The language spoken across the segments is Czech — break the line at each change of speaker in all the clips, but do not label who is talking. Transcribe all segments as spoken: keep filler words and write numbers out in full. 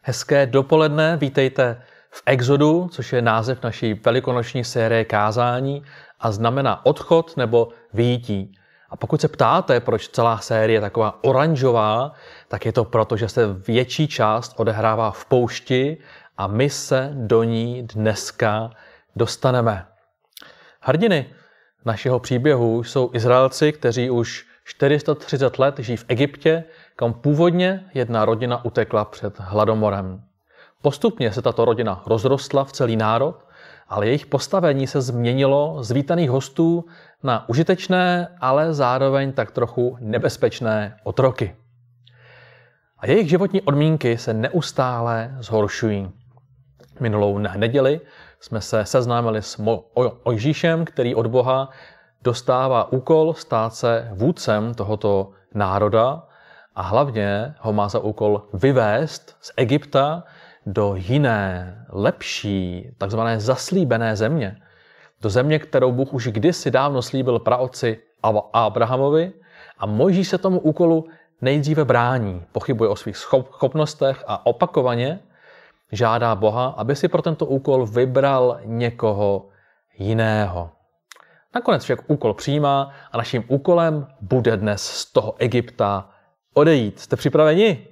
Hezké dopoledne, vítejte v Exodu, což je název naší velikonoční série kázání a znamená odchod nebo vyjití. A pokud se ptáte, proč celá série je taková oranžová, tak je to proto, že se větší část odehrává v poušti a my se do ní dneska dostaneme. Hrdiny našeho příběhu jsou Izraelci, kteří už čtyři sta třicet let žijí v Egyptě, kam původně jedna rodina utekla před hladomorem. Postupně se tato rodina rozrostla v celý národ, ale jejich postavení se změnilo z vítaných hostů na užitečné, ale zároveň tak trochu nebezpečné otroky. A jejich životní podmínky se neustále zhoršují. Minulou neděli jsme se seznámili s Mojžíšem, který od Boha dostává úkol stát se vůdcem tohoto národa a hlavně ho má za úkol vyvést z Egypta do jiné, lepší, takzvané zaslíbené země. Do země, kterou Bůh už kdysi dávno slíbil praotci Abrahamovi, a Mojžíš se tomu úkolu nejdříve brání, pochybuje o svých schopnostech a opakovaně žádá Boha, aby si pro tento úkol vybral někoho jiného. Nakonec však úkol přijímá a naším úkolem bude dnes z toho Egypta odejít. Jste připraveni?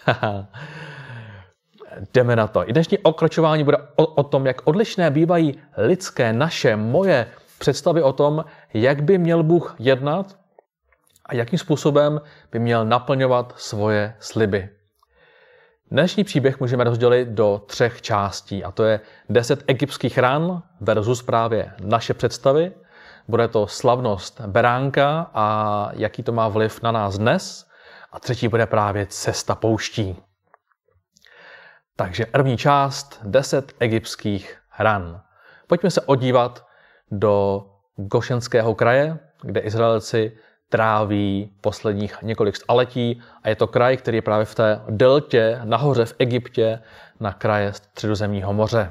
Jdeme na to. I dnešní okračování bude o, o tom, jak odlišné bývají lidské, naše, moje představy o tom, jak by měl Bůh jednat a jakým způsobem by měl naplňovat svoje sliby. Dnešní příběh můžeme rozdělit do třech částí, a to je deset egyptských ran versus právě naše představy. Bude to slavnost beránka a jaký to má vliv na nás dnes. A třetí bude právě cesta pouští. Takže první část, deset egyptských ran. Pojďme se odívat do Gošenského kraje, kde Izraelci tráví posledních několik staletí a je to kraj, který je právě v té deltě nahoře v Egyptě na kraje Středozemního moře.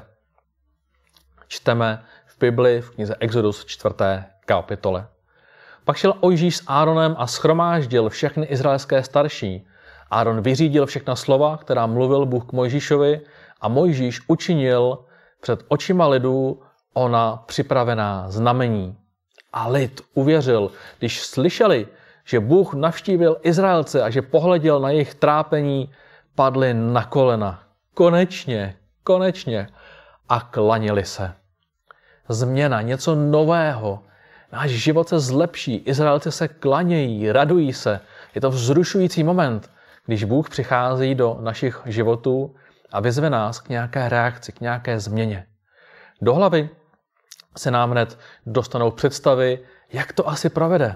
Čteme v Bibli v knize Exodus čtvrté kapitole. Pak šel Mojžíš s Áronem a shromáždil všechny izraelské starší. Áron vyřídil všechna slova, která mluvil Bůh k Mojžíšovi, a Mojžíš učinil před očima lidu ona připravená znamení. A lid uvěřil, když slyšeli, že Bůh navštívil Izraelce a že pohleděl na jejich trápení, padli na kolena. Konečně, konečně. A klanili se. Změna, něco nového. Náš život se zlepší, Izraelci se klanějí, radují se. Je to vzrušující moment, když Bůh přichází do našich životů a vyzve nás k nějaké reakci, k nějaké změně. Do hlavy se nám hned dostanou představy, jak to asi provede.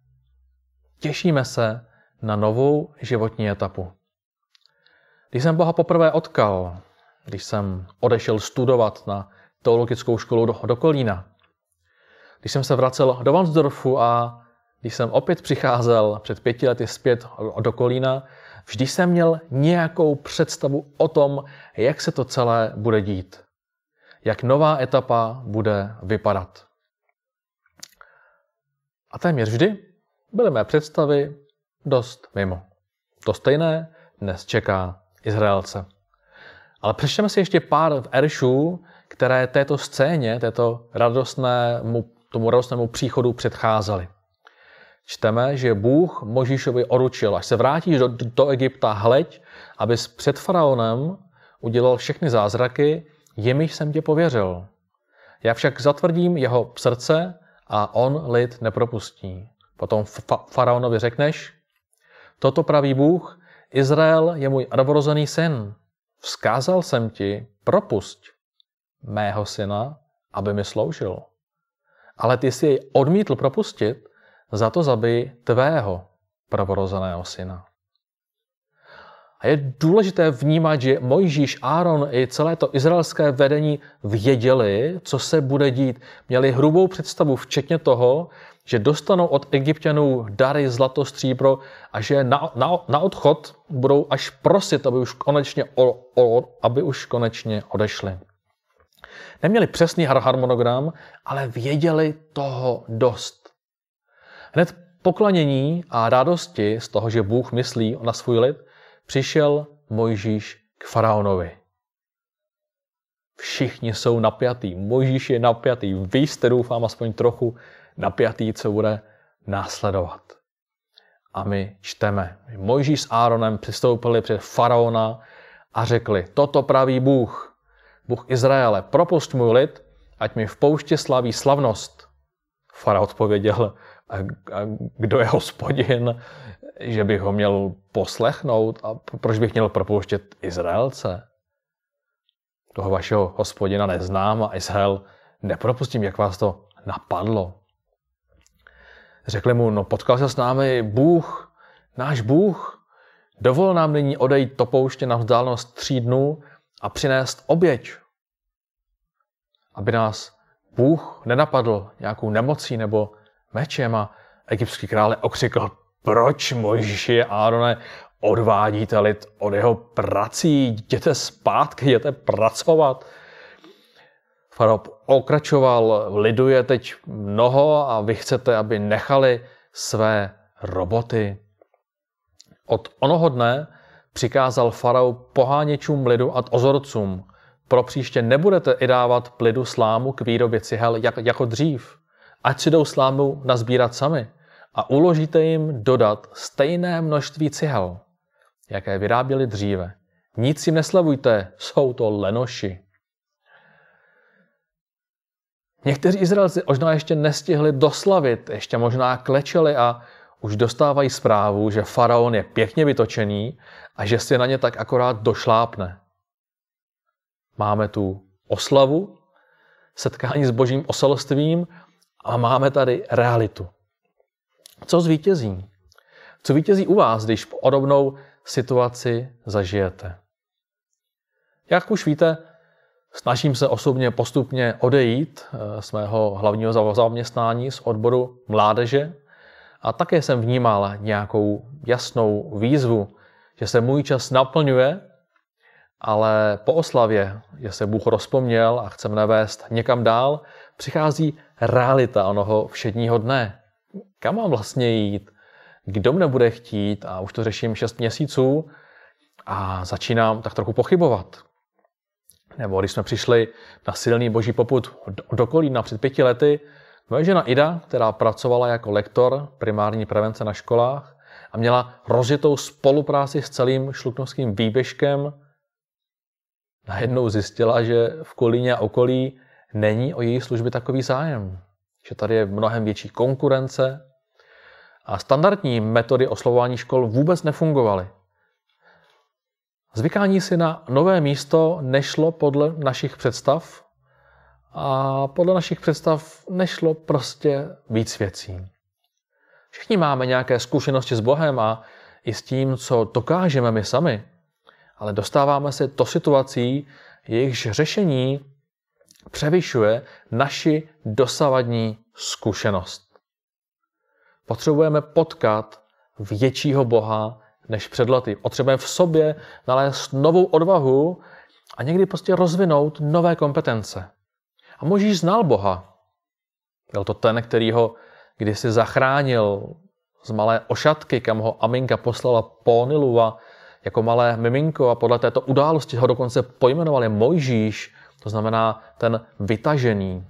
Těšíme se na novou životní etapu. Když jsem Boha poprvé odkal, když jsem odešel studovat na teologickou školu do, do Kolína, když jsem se vracel do Varnsdorfu a když jsem opět přicházel před pěti lety zpět do Kolína, vždy jsem měl nějakou představu o tom, jak se to celé bude dít. Jak nová etapa bude vypadat. A téměř vždy byly mé představy dost mimo. To stejné dnes čeká Izraelce. Ale přečteme si ještě pár veršů, které této scéně, této radostnému, tomu radostnému příchodu předcházely. Čteme, že Bůh Mojžíšovi oručil, až se vrátíš do, do Egypta, hleď, abys před faraonem udělal všechny zázraky, jimiž jsem tě pověřil. Já však zatvrdím jeho srdce a on lid nepropustí. Potom fa- faraonovi řekneš, toto praví Bůh, Izrael je můj prvorozený syn. Vzkázal jsem ti, propusť mého syna, aby mi sloužil. Ale ty jsi jej odmítl propustit, za to zabij tvého prvorozeného syna. A je důležité vnímat, že Mojžíš, Áron i celé to izraelské vedení věděli, co se bude dít. Měli hrubou představu, včetně toho, že dostanou od Egypťanů dary, zlato, stříbro a že na, na, na odchod budou až prosit, aby už konečně, o, o, aby už konečně odešli. Neměli přesný harmonogram, ale věděli toho dost. Hned poklanění a radosti z toho, že Bůh myslí na svůj lid, přišel Mojžíš k faraonovi. Všichni jsou napjatý. Mojžíš je napjatý. Vy jste, doufám, aspoň trochu napjatý, co bude následovat. A my čteme. Mojžíš s Áronem přistoupili před faraona a řekli, toto praví Bůh, Bůh Izraele, propusť můj lid, ať mi v poušti slaví slavnost. Faraon odpověděl, a, a kdo je Hospodin, že bych ho měl poslechnout a proč bych měl propouštět Izraelce? Toho vašeho Hospodina neznám a Izrael nepropustím, jak vás to napadlo. Řekli mu, no potkal se s námi Bůh, náš Bůh, dovol nám nyní odejít do pouště na vzdálenost tří dnů a přinést oběť, aby nás Bůh nenapadl nějakou nemocí nebo mečem. A egyptský král okřikl, proč Mojžíši a Árone odvádíte lid od jeho prací, jděte zpátky, jděte pracovat. Faraon pokračoval, lidu je teď mnoho a vy chcete, aby nechali své roboty. Od onoho dne přikázal faraon poháněčům lidu a dozorcům, pro příště nebudete i dávat lidu slámu k výrobě cihel jak, jako dřív. Ať si jdou slámu nazbírat sami a uložíte jim dodat stejné množství cihel, jaké vyráběli dříve. Nic jim neslevujte, jsou to lenoši. Někteří Izraelci možná ještě nestihli doslavit, ještě možná klečeli a už dostávají zprávu, že faraon je pěkně vytočený a že si na ně tak akorát došlápne. Máme tu oslavu, setkání s božím oselstvím a máme tady realitu. Co zvítězí? Co vítězí u vás, když podobnou situaci zažijete? Jak už víte, snažím se osobně postupně odejít z mého hlavního zaměstnání z odboru mládeže a také jsem vnímal nějakou jasnou výzvu, že se můj čas naplňuje, ale po oslavě, že se Bůh rozpomněl a chce mne vést někam dál, přichází realita onoho všedního dne. Kam mám vlastně jít? Kdo mne bude chtít? A už to řeším šest měsíců a začínám tak trochu pochybovat. Nebo když jsme přišli na silný boží popud do Kolína před pěti lety, moje žena Ida, která pracovala jako lektor primární prevence na školách a měla rozjetou spolupráci s celým šluknovským výběžkem, najednou zjistila, že v Kolíně a okolí není o její služby takový zájem. Že tady je mnohem větší konkurence a standardní metody oslovování škol vůbec nefungovaly. Zvykání si na nové místo nešlo podle našich představ a podle našich představ nešlo prostě víc věcí. Všichni máme nějaké zkušenosti s Bohem a i s tím, co dokážeme my sami, ale dostáváme se do situací, jejichž řešení převyšuje naši dosavadní zkušenost. Potřebujeme potkat většího Boha než před lety. Potřebujeme v sobě nalézt novou odvahu a někdy prostě rozvinout nové kompetence. A Mojžíš znal Boha. Byl to ten, který ho kdysi zachránil z malé ošatky, kam ho Aminka poslala po Nilu a jako malé miminko a podle této události ho dokonce pojmenovali Mojžíš, to znamená ten vytažený.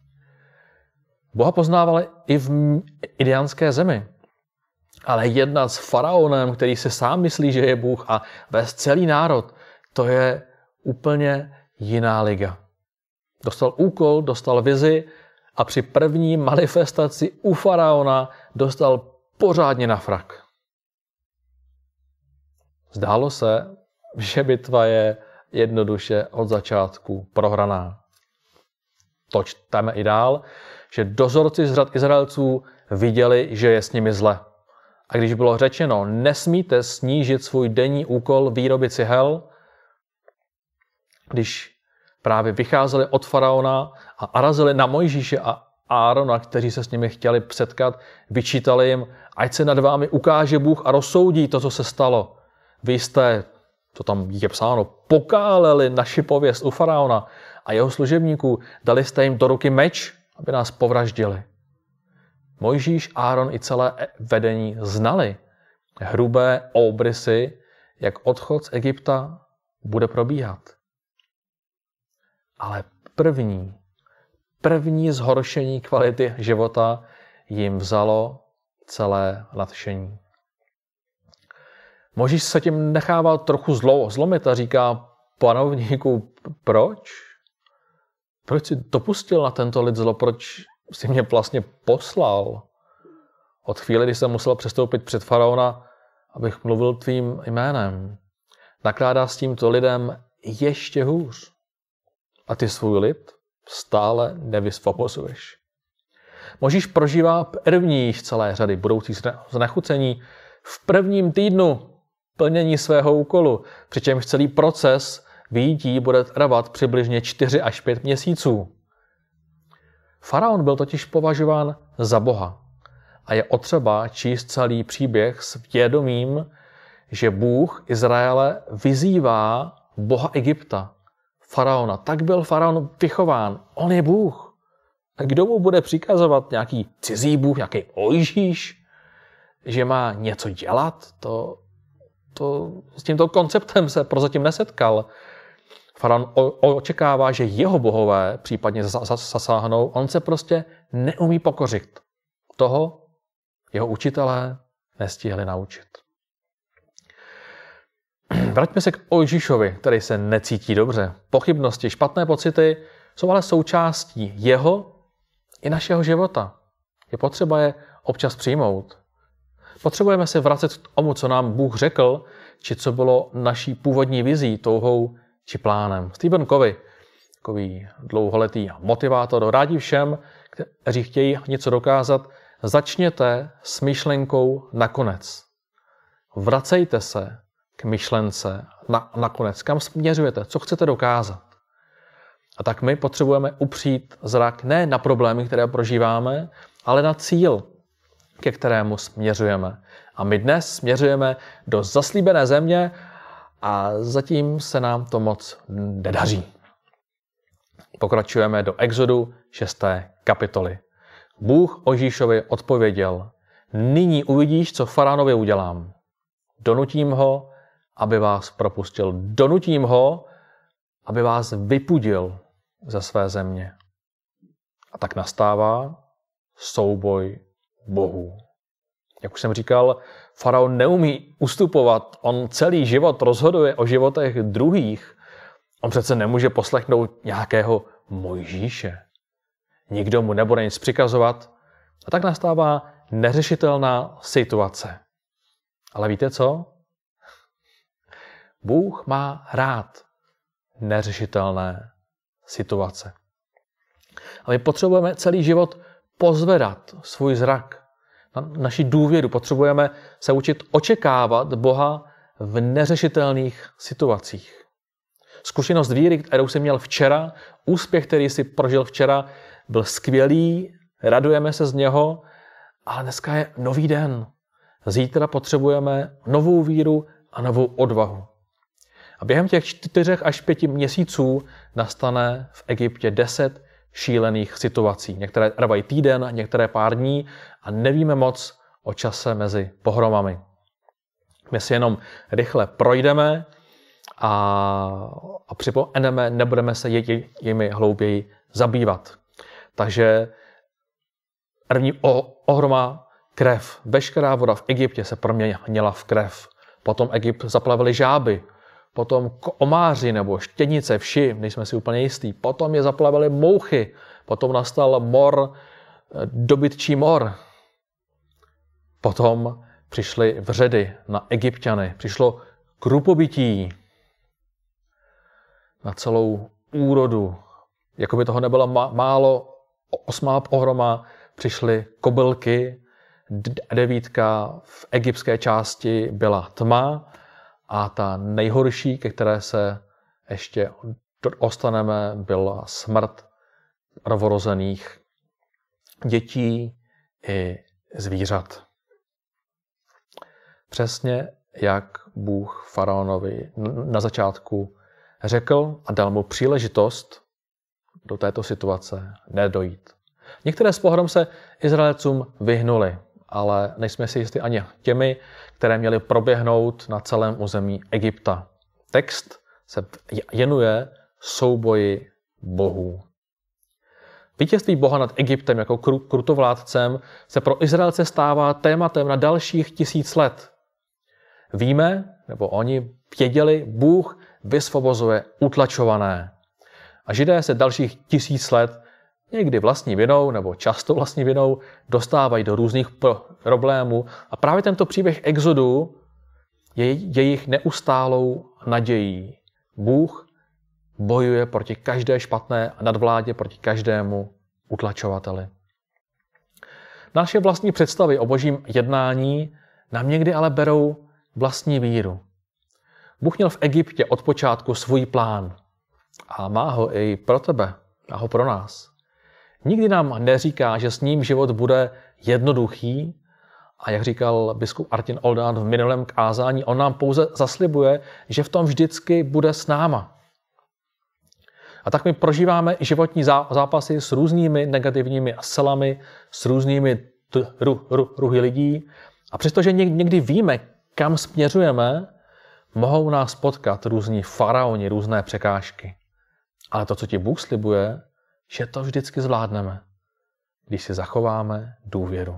Boha poznávali i v indiánské zemi. Ale jednat s faraonem, který si sám myslí, že je Bůh a vést celý národ, to je úplně jiná liga. Dostal úkol, dostal vizi a při první manifestaci u faraona dostal pořádně na frak. Zdálo se, že bitva je jednoduše od začátku prohraná. To čteme i dál, že dozorci z řad Izraelců viděli, že je s nimi zle. A když bylo řečeno, nesmíte snížit svůj denní úkol výroby cihel, když právě vycházeli od faraona a narazili na Mojžíše a Árona, kteří se s nimi chtěli setkat, vyčítali jim, ať se nad vámi ukáže Bůh a rozsoudí to, co se stalo. Vy jste, to tam je psáno, pokáleli naši pověst u faraona a jeho služebníků, dali jste jim do ruky meč, aby nás povraždili. Mojžíš, Áron i celé vedení znali hrubé obrysy, jak odchod z Egypta bude probíhat. Ale první, první zhoršení kvality života jim vzalo celé nadšení. Možíš se tím nechává trochu zlo, zlomit a říká panovníku, proč? Proč jsi dopustil na tento lid zlo? Proč jsi mě vlastně poslal? Od chvíli, kdy jsem musel přestoupit před faraona, abych mluvil tvým jménem. Nakládá s tímto lidem ještě hůř. A ty svůj lid stále nevysvobozuješ. Možíš prožívá první z celé řady budoucích znechucení v prvním týdnu plnění svého úkolu, přičemž celý proces vyjití bude trvat přibližně čtyři až pět měsíců. Faraon byl totiž považován za boha a je potřeba číst celý příběh s vědomím, že Bůh Izraele vyzývá boha Egypta, faraona. Tak byl faraon vychován. On je Bůh. A kdo mu bude přikazovat nějaký cizí Bůh, nějaký Mojžíš, že má něco dělat? To, to, s tímto konceptem se prozatím nesetkal. Faraon očekává, že jeho bohové případně zasáhnou. On se prostě neumí pokořit. Toho jeho učitelé nestihli naučit. Vraťme se k Mojžíšovi, který se necítí dobře. Pochybnosti, špatné pocity jsou ale součástí jeho i našeho života. Je potřeba je občas přijmout. Potřebujeme se vracet k tomu, co nám Bůh řekl, či co bylo naší původní vizí, touhou či plánem. Stephen Covey, takový dlouholetý motivátor, rádí všem, kteří chtějí něco dokázat, začněte s myšlenkou nakonec. Vracejte se k myšlence na, nakonec. Kam směřujete? Co chcete dokázat? A tak my potřebujeme upřít zrak ne na problémy, které prožíváme, ale na cíl, ke kterému směřujeme. A my dnes směřujeme do zaslíbené země a zatím se nám to moc nedaří. Pokračujeme do Exodu šesté kapitoly. Bůh Mojžíšovi odpověděl, nyní uvidíš, co faraonovi udělám. Donutím ho, aby vás propustil. Donutím ho, aby vás vypudil ze své země. A tak nastává souboj bohů. Jak už jsem říkal, faraon neumí ustupovat. On celý život rozhoduje o životech druhých. On přece nemůže poslechnout nějakého Mojžíše. Nikdo mu nebude nic přikazovat. A tak nastává neřešitelná situace. Ale víte co? Bůh má rád neřešitelné situace. A my potřebujeme celý život pozvedat svůj zrak, na naši důvěru. Potřebujeme se učit očekávat Boha v neřešitelných situacích. Zkušenost víry, kterou jsem měl včera, úspěch, který si prožil včera, byl skvělý, radujeme se z něho, ale dneska je nový den. Zítra potřebujeme novou víru a novou odvahu. A během těch čtyřech až pěti měsíců nastane v Egyptě deset šílených situací. Některé trvají týden, některé pár dní a nevíme moc o čase mezi pohromami. My si jenom rychle projdeme a, a připomeneme, nebudeme se jimi hlouběji zabývat. Takže první ohroma krev. Veškerá voda v Egyptě se proměnila v krev. Potom Egypt zaplavili žáby. Potom komáři nebo štěnice, vši, nejsme si úplně jistí. Potom je zaplavily mouchy. Potom nastal mor, dobytčí mor. Potom přišly vředy na Egypťany. Přišlo krupobytí na celou úrodu. Jakoby toho nebylo málo, osmá pohroma přišly kobylky, devítka v egyptské části byla tma a ta nejhorší, ke které se ještě dostaneme, byla smrt novorozených dětí i zvířat. Přesně jak Bůh faraonovi na začátku řekl a dal mu příležitost do této situace nedojít. Některé z pohrom se Izraelcům vyhnuli, ale nejsme si jistí ani těmi, které měly proběhnout na celém území Egypta. Text se věnuje souboji bohů. Vítězství Boha nad Egyptem jako krutovládcem se pro Izraelce stává tématem na dalších tisíc let. Víme, nebo oni věděli, Bůh vysvobozuje utlačované. A Židé se dalších tisíc let někdy vlastní vinou, nebo často vlastní vinou, dostávají do různých problémů. A právě tento příběh exodu je jejich neustálou nadějí. Bůh bojuje proti každé špatné nadvládě, proti každému utlačovateli. Naše vlastní představy o božím jednání nám někdy ale berou vlastní víru. Bůh měl v Egyptě od počátku svůj plán a má ho i pro tebe, má ho pro nás. Nikdy nám neříká, že s ním život bude jednoduchý a jak říkal biskup Artin Oldán v minulém kázání, on nám pouze zaslibuje, že v tom vždycky bude s náma. A tak my prožíváme životní zápasy s různými negativními silami, s různými druhy lidí. A přestože někdy víme, kam směřujeme, mohou nás potkat různí faraoni, různé překážky. Ale to, co ti Bůh slibuje, že to vždycky zvládneme, když si zachováme důvěru.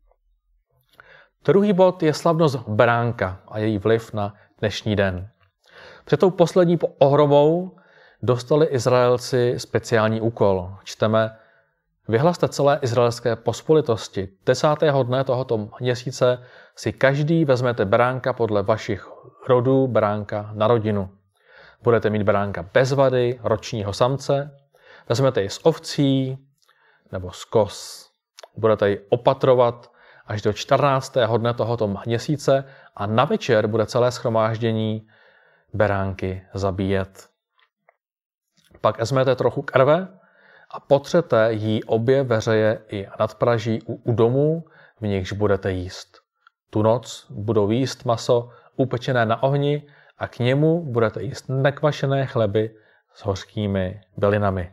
Druhý bod je slavnost beránka a její vliv na dnešní den. Před tou poslední ohromou dostali Izraelci speciální úkol. Čteme, vyhlaste celé izraelské pospolitosti. Desátého dne tohoto měsíce si každý vezmete beránka podle vašich rodů, beránka na rodinu. Budete mít beránka bez vady, ročního samce, vezmete ji z ovcí nebo z koz. Budete ji opatrovat až do čtrnáctého dne tohoto měsíce a na večer bude celé shromáždění beránky zabíjet. Pak vezmete trochu krve a potřete jí obě veřeje i nadpraží u, u domů, v nichž budete jíst. Tu noc budou jíst maso upečené na ohni a k němu budete jíst nekvašené chleby s hořkými bylinami.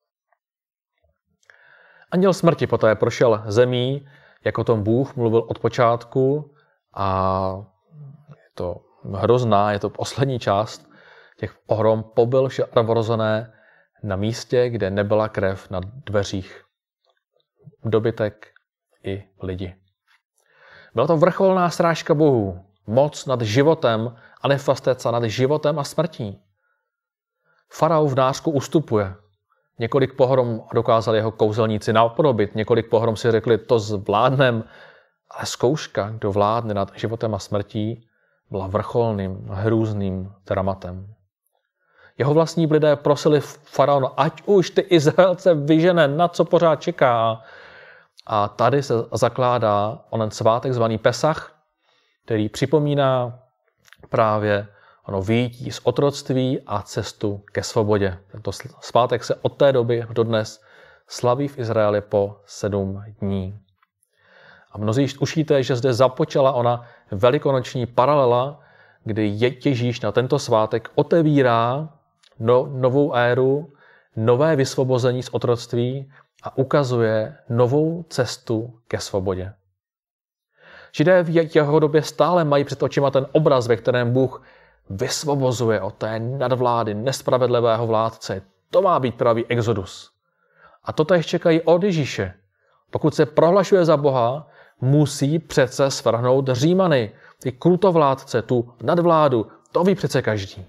Anděl smrti poté prošel zemí, jako tom Bůh mluvil od počátku a je to hrozná, je to poslední část těch pohrom, pobyl prvorozené na místě, kde nebyla krev na dveřích. Dobytek i lidi. Byla to vrcholná srážka bohů, moc nad životem a nefastece nad životem a smrtí. Farao v nářku ustupuje. Několik pohrom dokázali jeho kouzelníci napodobit, několik pohrom si řekli, to zvládnem, ale zkouška, kdo vládne nad životem a smrtí, byla vrcholným, hrůzným dramatem. Jeho vlastní lidé prosili faraona, ať už ty Izraelce vyžene, na co pořád čeká. A tady se zakládá onen svátek zvaný Pesach, který připomíná právě ono vyjití z otroctví a cestu ke svobodě. Tento svátek se od té doby dodnes slaví v Izraeli po sedm dní. A mnozí už víte, že zde započala ona velikonoční paralela, kdy Ježíš na tento svátek otevírá no, novou éru, nové vysvobození z otroctví a ukazuje novou cestu ke svobodě. Židé v jeho době stále mají před očima ten obraz, ve kterém Bůh vysvobozuje od té nadvlády nespravedlivého vládce. To má být pravý exodus. A to též čekají od Ježíše. Pokud se prohlašuje za Boha, musí přece svrhnout Římany, ty krutovládce, tu nadvládu. To ví přece každý.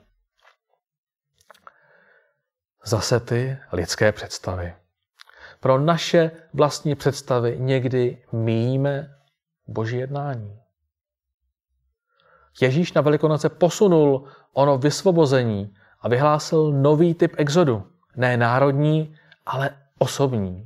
Zase ty lidské představy. Pro naše vlastní představy někdy míjíme Boží jednání. Ježíš na Velikonoce posunul ono vysvobození a vyhlásil nový typ exodu. Ne národní, ale osobní.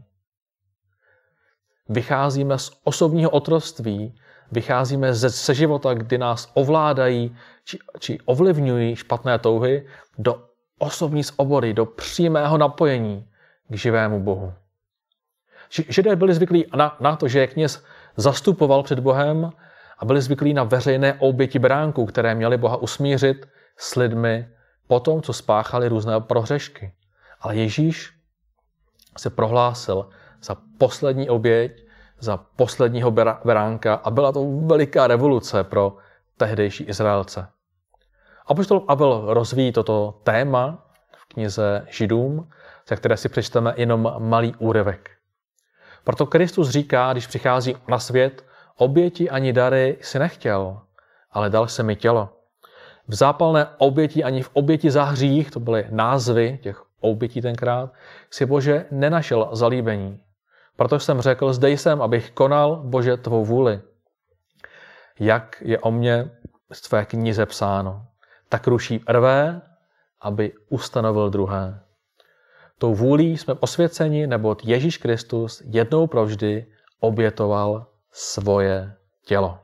Vycházíme z osobního otroctví, vycházíme ze, ze života, kdy nás ovládají či, či ovlivňují špatné touhy, do osobní svobody, do přímého napojení k živému Bohu. Židé byli zvyklí na, na to, že je kněz zastupoval před Bohem a byli zvyklí na veřejné oběti beránků, které měly Boha usmířit s lidmi po tom, co spáchali různé prohřešky. Ale Ježíš se prohlásil za poslední oběť, za posledního beránka a byla to veliká revoluce pro tehdejší Izraelce. Apoštol Pavel rozvíjí toto téma v knize Židům, ze které si přečteme jenom malý úryvek. Proto Kristus říká, když přichází na svět, oběti ani dary si nechtěl, ale dal se mi tělo. V zápalné oběti ani v oběti za hřích, to byly názvy těch obětí tenkrát, si Bože nenašel zalíbení. Proto jsem řekl, zde jsem, abych konal, Bože, tvou vůli. Jak je o mně v tvé knize psáno, tak ruší prvé, aby ustanovil druhé. Tou vůlí jsme osvěceni, neboť Ježíš Kristus jednou provždy obětoval svoje tělo.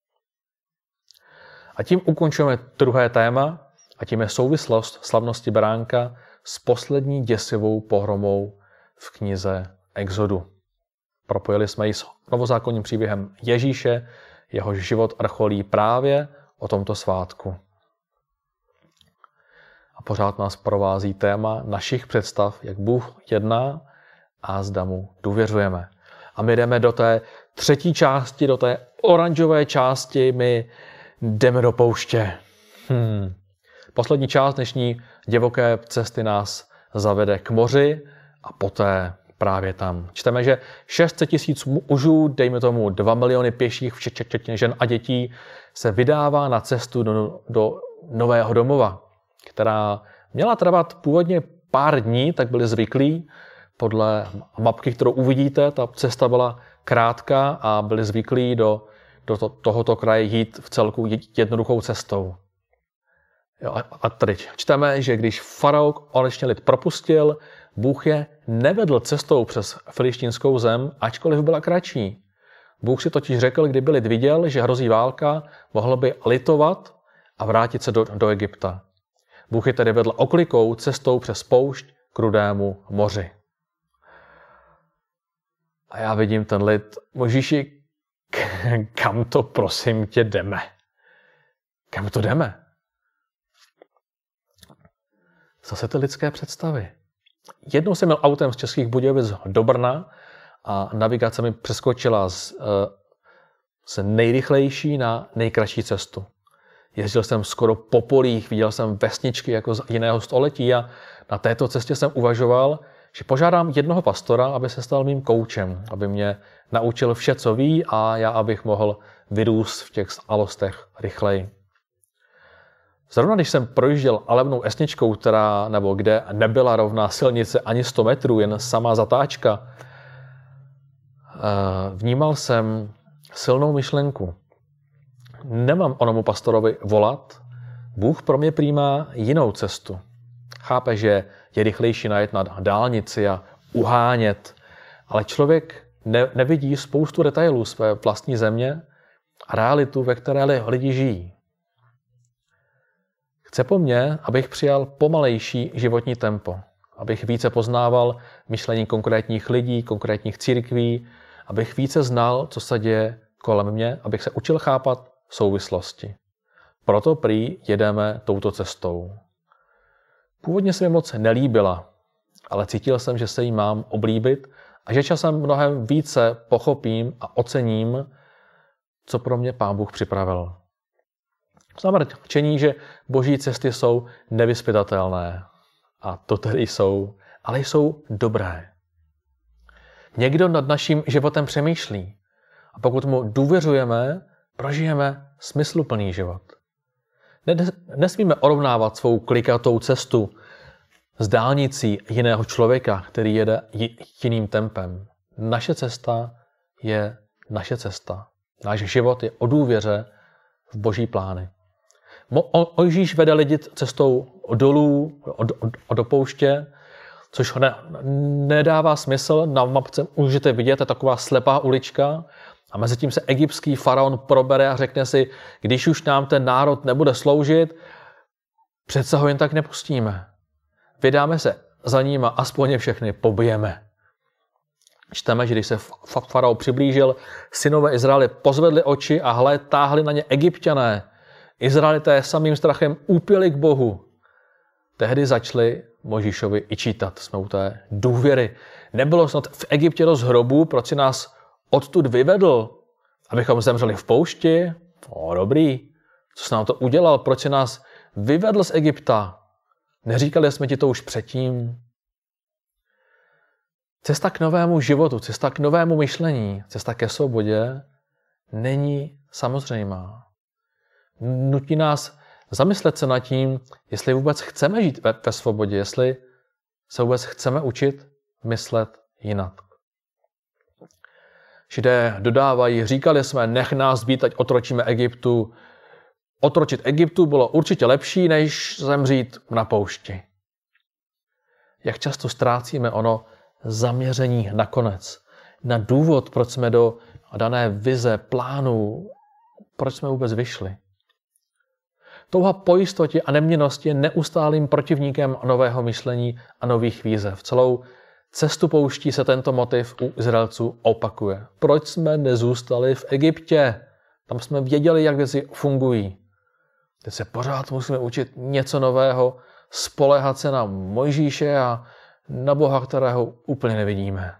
A tím ukončujeme druhé téma a tím je souvislost slavnosti beránka s poslední děsivou pohromou v knize Exodu. Propojili jsme ji s novozákonním příběhem Ježíše, jehož život vrcholí právě o tomto svátku. A pořád nás provází téma našich představ, jak Bůh jedná a zda mu důvěřujeme. A my jdeme do té třetí části, do té oranžové části, my jdeme do pouště. Hmm. Poslední část dnešní divoké cesty nás zavede k moři a poté právě tam. Čteme, že šest set tisíc mužů, dejme tomu dva miliony pěších, včetně žen a dětí, se vydává na cestu do, do nového domova, která měla trvat původně pár dní, tak byli zvyklí. Podle mapky, kterou uvidíte, ta cesta byla krátká a byli zvyklí do, do to, tohoto kraje jít v celku jednoduchou cestou. Jo, a tady čteme, že když faraon konečně lid propustil, Bůh je nevedl cestou přes filištínskou zem, ačkoliv byla kratší. Bůh si totiž řekl, kdyby lid viděl, že hrozí válka, mohl by litovat a vrátit se do, do Egypta. Bůh je tedy vedl oklikou cestou přes poušť k Rudému moři. A já vidím ten lid, Možíši, kam to prosím tě jdeme? Kam to jdeme? Zase ty lidské představy. Jednou jsem měl autem z Českých Budějovic do Brna a navigace mi přeskočila z, z nejrychlejší na nejkratší cestu. Jezdil jsem skoro po polích, viděl jsem vesničky jako z jiného století a na této cestě jsem uvažoval, že požádám jednoho pastora, aby se stal mým koučem, aby mě naučil vše, co ví a já, abych mohl vyrůst v těch znalostech rychleji. Zrovna když jsem projížděl alevnou esničkou, která, nebo kde nebyla rovná silnice ani sto metrů, jen sama zatáčka, vnímal jsem silnou myšlenku. Nemám onomu pastorovi volat, Bůh pro mě přijímá jinou cestu. Chápe, že je rychlejší najet na dálnici a uhánět, ale člověk ne, nevidí spoustu detailů své vlastní země a realitu, ve které lidi žijí. Chce po mně, abych přijal pomalejší životní tempo, abych více poznával myšlení konkrétních lidí, konkrétních církví, abych více znal, co se děje kolem mě, abych se učil chápat souvislosti. Proto prý jedeme touto cestou. Původně se mi moc nelíbila, ale cítil jsem, že se jí mám oblíbit a že časem mnohem více pochopím a ocením, co pro mě Pán Bůh připravil. Znamená řečení, že boží cesty jsou nevyzpytatelné. A to tedy jsou, ale jsou dobré. Někdo nad naším životem přemýšlí. A pokud mu důvěřujeme, prožijeme smysluplný život. Nesmíme orovnávat svou klikatou cestu s dálnicí jiného člověka, který jede jiným tempem. Naše cesta je naše cesta. Náš život je o důvěře v boží plány. Mojžíš vede lidi cestou dolů, do pouště, což ne, nedává smysl. Na mapce můžete vidět, je taková slepá ulička a mezi tím se egyptský faraon probere a řekne si, když už nám ten národ nebude sloužit, přece ho jen tak nepustíme. Vydáme se za ním a aspoň je všechny pobijeme. Čteme, že když se faraon přiblížil, synové Izraele pozvedli oči a hle, táhli na ně Egypťané. Izraelité samým strachem úpěli k Bohu. Tehdy začali Mojžíšovi i čítat. Jsme u té důvěry. Nebylo snad v Egyptě dost hrobů, proč si nás odtud vyvedl, abychom zemřeli v poušti? O, dobrý. Co jsi nám to udělal? Proč si nás vyvedl z Egypta. Neříkali jsme ti to už předtím? Cesta k novému životu, cesta k novému myšlení, cesta ke svobodě není samozřejmá. Nutí nás zamyslet se nad tím, jestli vůbec chceme žít ve, ve svobodě, jestli se vůbec chceme učit myslet jinak. Židé dodávají, říkali jsme, nech nás být, ať otročíme Egyptu. Otročit Egyptu bylo určitě lepší, než zemřít na poušti. Jak často ztrácíme ono zaměření nakonec, na důvod, proč jsme do dané vize, plánu, proč jsme vůbec vyšli. Touha po jistotě a neměnnosti je neustálým protivníkem nového myšlení a nových výzev. Celou cestu pouští se tento motiv u Izraelců opakuje. Proč jsme nezůstali v Egyptě? Tam jsme věděli, jak věci fungují. Teď se pořád musíme učit něco nového, spoléhat se na Mojžíše a na Boha, kterého úplně nevidíme.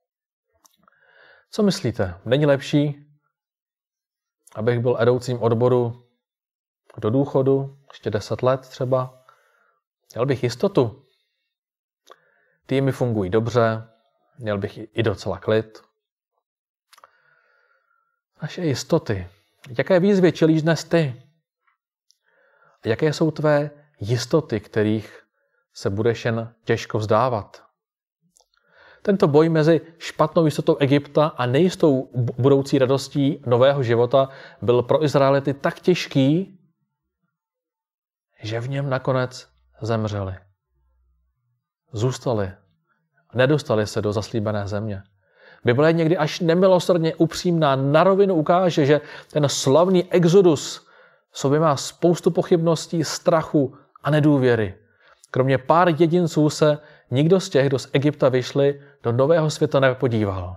Co myslíte? Není lepší, abych byl edoucím odboru do důchodu, ještě deset let třeba? Měl bych jistotu. Týmy fungují dobře, měl bych i docela klid. Naše jistoty. Jaké výzvy čelíš dnes ty? Jaké jsou tvé jistoty, kterých se budeš jen těžko vzdávat? Tento boj mezi špatnou jistotou Egypta a nejistou budoucí radostí nového života byl pro Izraelity tak těžký, že v něm nakonec zemřeli. Zůstali. Nedostali se do zaslíbené země. Bible je někdy až nemilosrdně upřímná, na rovinu ukáže, že ten slavný exodus v sobě má spoustu pochybností, strachu a nedůvěry. Kromě pár jedinců se nikdo z těch, kdo z Egypta vyšli, do nového světa nepodíval.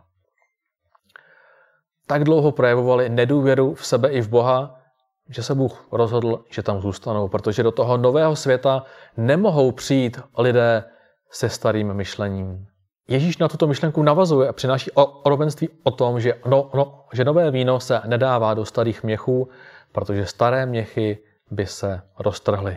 Tak dlouho projevovali nedůvěru v sebe i v Boha, že se Bůh rozhodl, že tam zůstanou, protože do toho nového světa nemohou přijít lidé se starým myšlením. Ježíš na tuto myšlenku navazuje a přináší podobenství o tom, že, no, no, že nové víno se nedává do starých měchů, protože staré měchy by se roztrhly.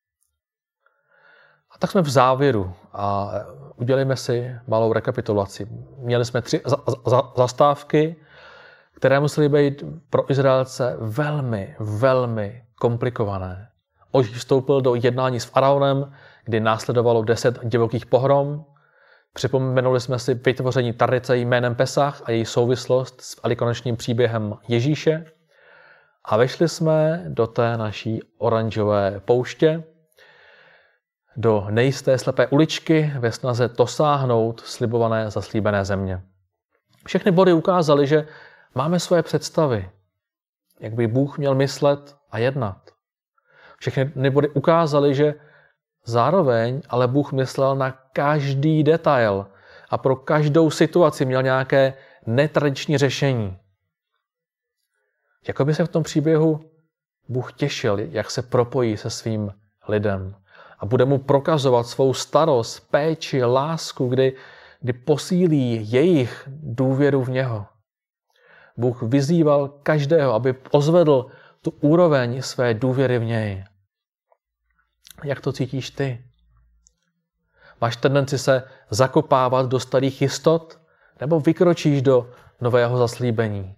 A tak jsme v závěru a udělejme si malou rekapitulaci. Měli jsme tři za, za, zastávky, které musely být pro Izraelce velmi, velmi komplikované. Mojžíš vstoupil do jednání s faraonem, kdy následovalo deset divokých pohrom. Připomenuli jsme si vytvoření tradice jménem Pesach a její souvislost s velikonočním příběhem Ježíše. A vešli jsme do té naší oranžové pouště, do nejisté slepé uličky ve snaze dosáhnout slibované zaslíbené země. Všechny body ukázaly, že máme svoje představy, jak by Bůh měl myslet a jednat. Všechny body ukázaly, že zároveň ale Bůh myslel na každý detail a pro každou situaci měl nějaké netradiční řešení. Jakoby se v tom příběhu Bůh těšil, jak se propojí se svým lidem a bude mu prokazovat svou starost, péči, lásku, kdy, kdy posílí jejich důvěru v něho. Bůh vyzýval každého, aby pozvedl tu úroveň své důvěry v něj. Jak to cítíš ty? Máš tendenci se zakopávat do starých jistot nebo vykročíš do nového zaslíbení?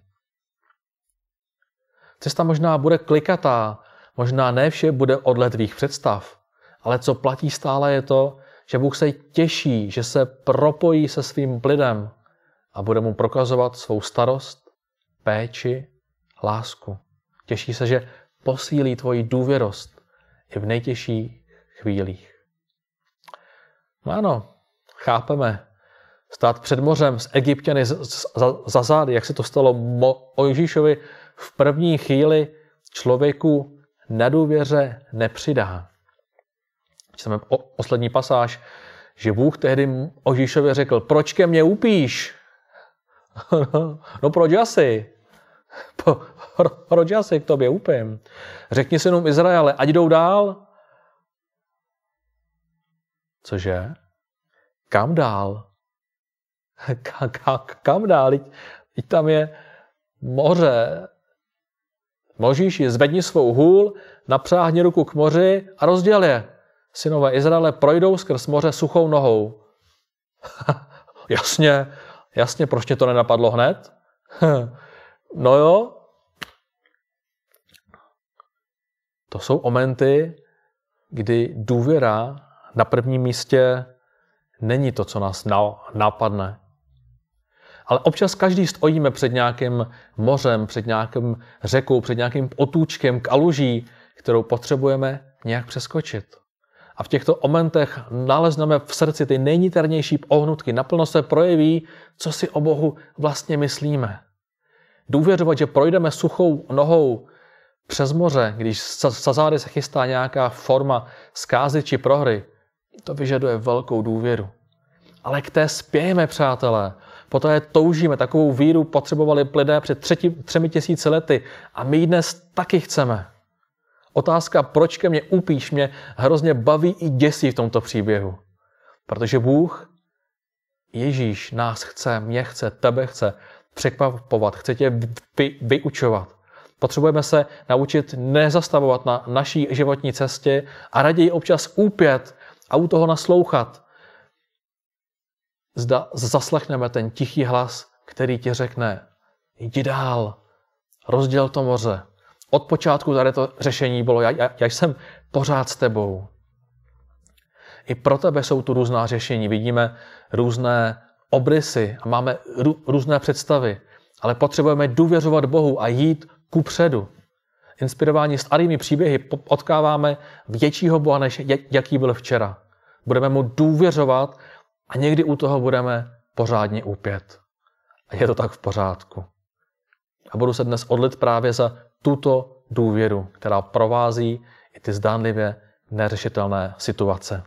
Cesta možná bude klikatá, možná ne vše bude odle tvých představ, ale co platí stále je to, že Bůh se těší, že se propojí se svým lidem a bude mu prokazovat svou starost, péči, lásku. Těší se, že posílí tvoji důvěrost i v nejtěžších chvílích. No ano, chápeme. Stát před mořem s Egypťany za, za zády, jak se to stalo Mojžíšovi, v první chvíli člověku na důvěře nepřidá. Čteme poslední pasáž, že Bůh tehdy Mojžíšovi řekl, proč ke mně upíš? No proč asi? Proč asi k tobě upím? Řekni synům Izraele, ať jdou dál. Cože? Kam dál? Ka, ka, kam dál? Teď tam je moře. Možíši, zvedni svou hůl, napřáhni ruku k moři a rozděl je. Synové Izraele projdou skrz moře suchou nohou. jasně, jasně, proč mě to nenapadlo hned? no jo. To jsou momenty, kdy důvěra na prvním místě není to, co nás napadne. Ale občas každý stojíme před nějakým mořem, před nějakým řekou, před nějakým otůčkem, kaluží, kterou potřebujeme nějak přeskočit. A v těchto momentech nalezneme v srdci ty nejniternější pohnutky. Naplno se projeví, co si o Bohu vlastně myslíme. Důvěřovat, že projdeme suchou nohou přes moře, když za zády se chystá nějaká forma zkázy či prohry, to vyžaduje velkou důvěru. Ale k té spějeme, přátelé. Poté toužíme, takovou víru potřebovali lidé před třetí, třemi tisíci lety a my ji dnes taky chceme. Otázka, proč ke mně upíš, mě hrozně baví i děsí v tomto příběhu. Protože Bůh, Ježíš, nás chce, mě chce, tebe chce překvapovat, chce tě vy, vyučovat. Potřebujeme se naučit nezastavovat na naší životní cestě a raději občas úpět a u toho naslouchat. Zda zaslechneme ten tichý hlas, který ti řekne, jdi dál, rozděl to moře. Od počátku tady to řešení bylo, já, já, já jsem pořád s tebou. I pro tebe jsou tu různá řešení, vidíme různé obrysy a máme rů, různé představy, ale potřebujeme důvěřovat Bohu a jít kupředu. Inspirováni starými příběhy potkáváme většího Boha, než jaký byl včera. Budeme mu důvěřovat a někdy u toho budeme pořádně úpět. A je to tak v pořádku. A budu se dnes odlit právě za tuto důvěru, která provází i ty zdánlivě neřešitelné situace.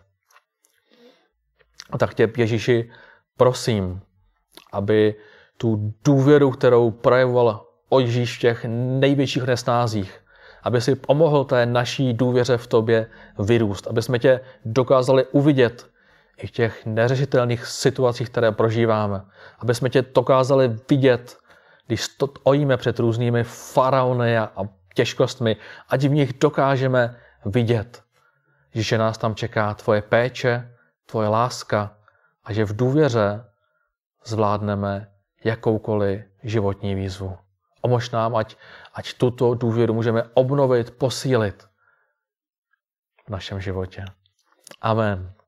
A tak tě, Ježíši, prosím, aby tu důvěru, kterou projevoval Ježíš v těch největších nesnázích, aby si pomohl té naší důvěře v tobě vyrůst, aby jsme tě dokázali uvidět i v těch neřešitelných situacích, které prožíváme, aby jsme tě dokázali vidět, když stojíme před různými faraony a těžkostmi, ať v nich dokážeme vidět, že nás tam čeká tvoje péče, tvoje láska a že v důvěře zvládneme jakoukoliv životní výzvu. Omož nám, ať, ať tuto důvěru můžeme obnovit, posílit v našem životě. Amen.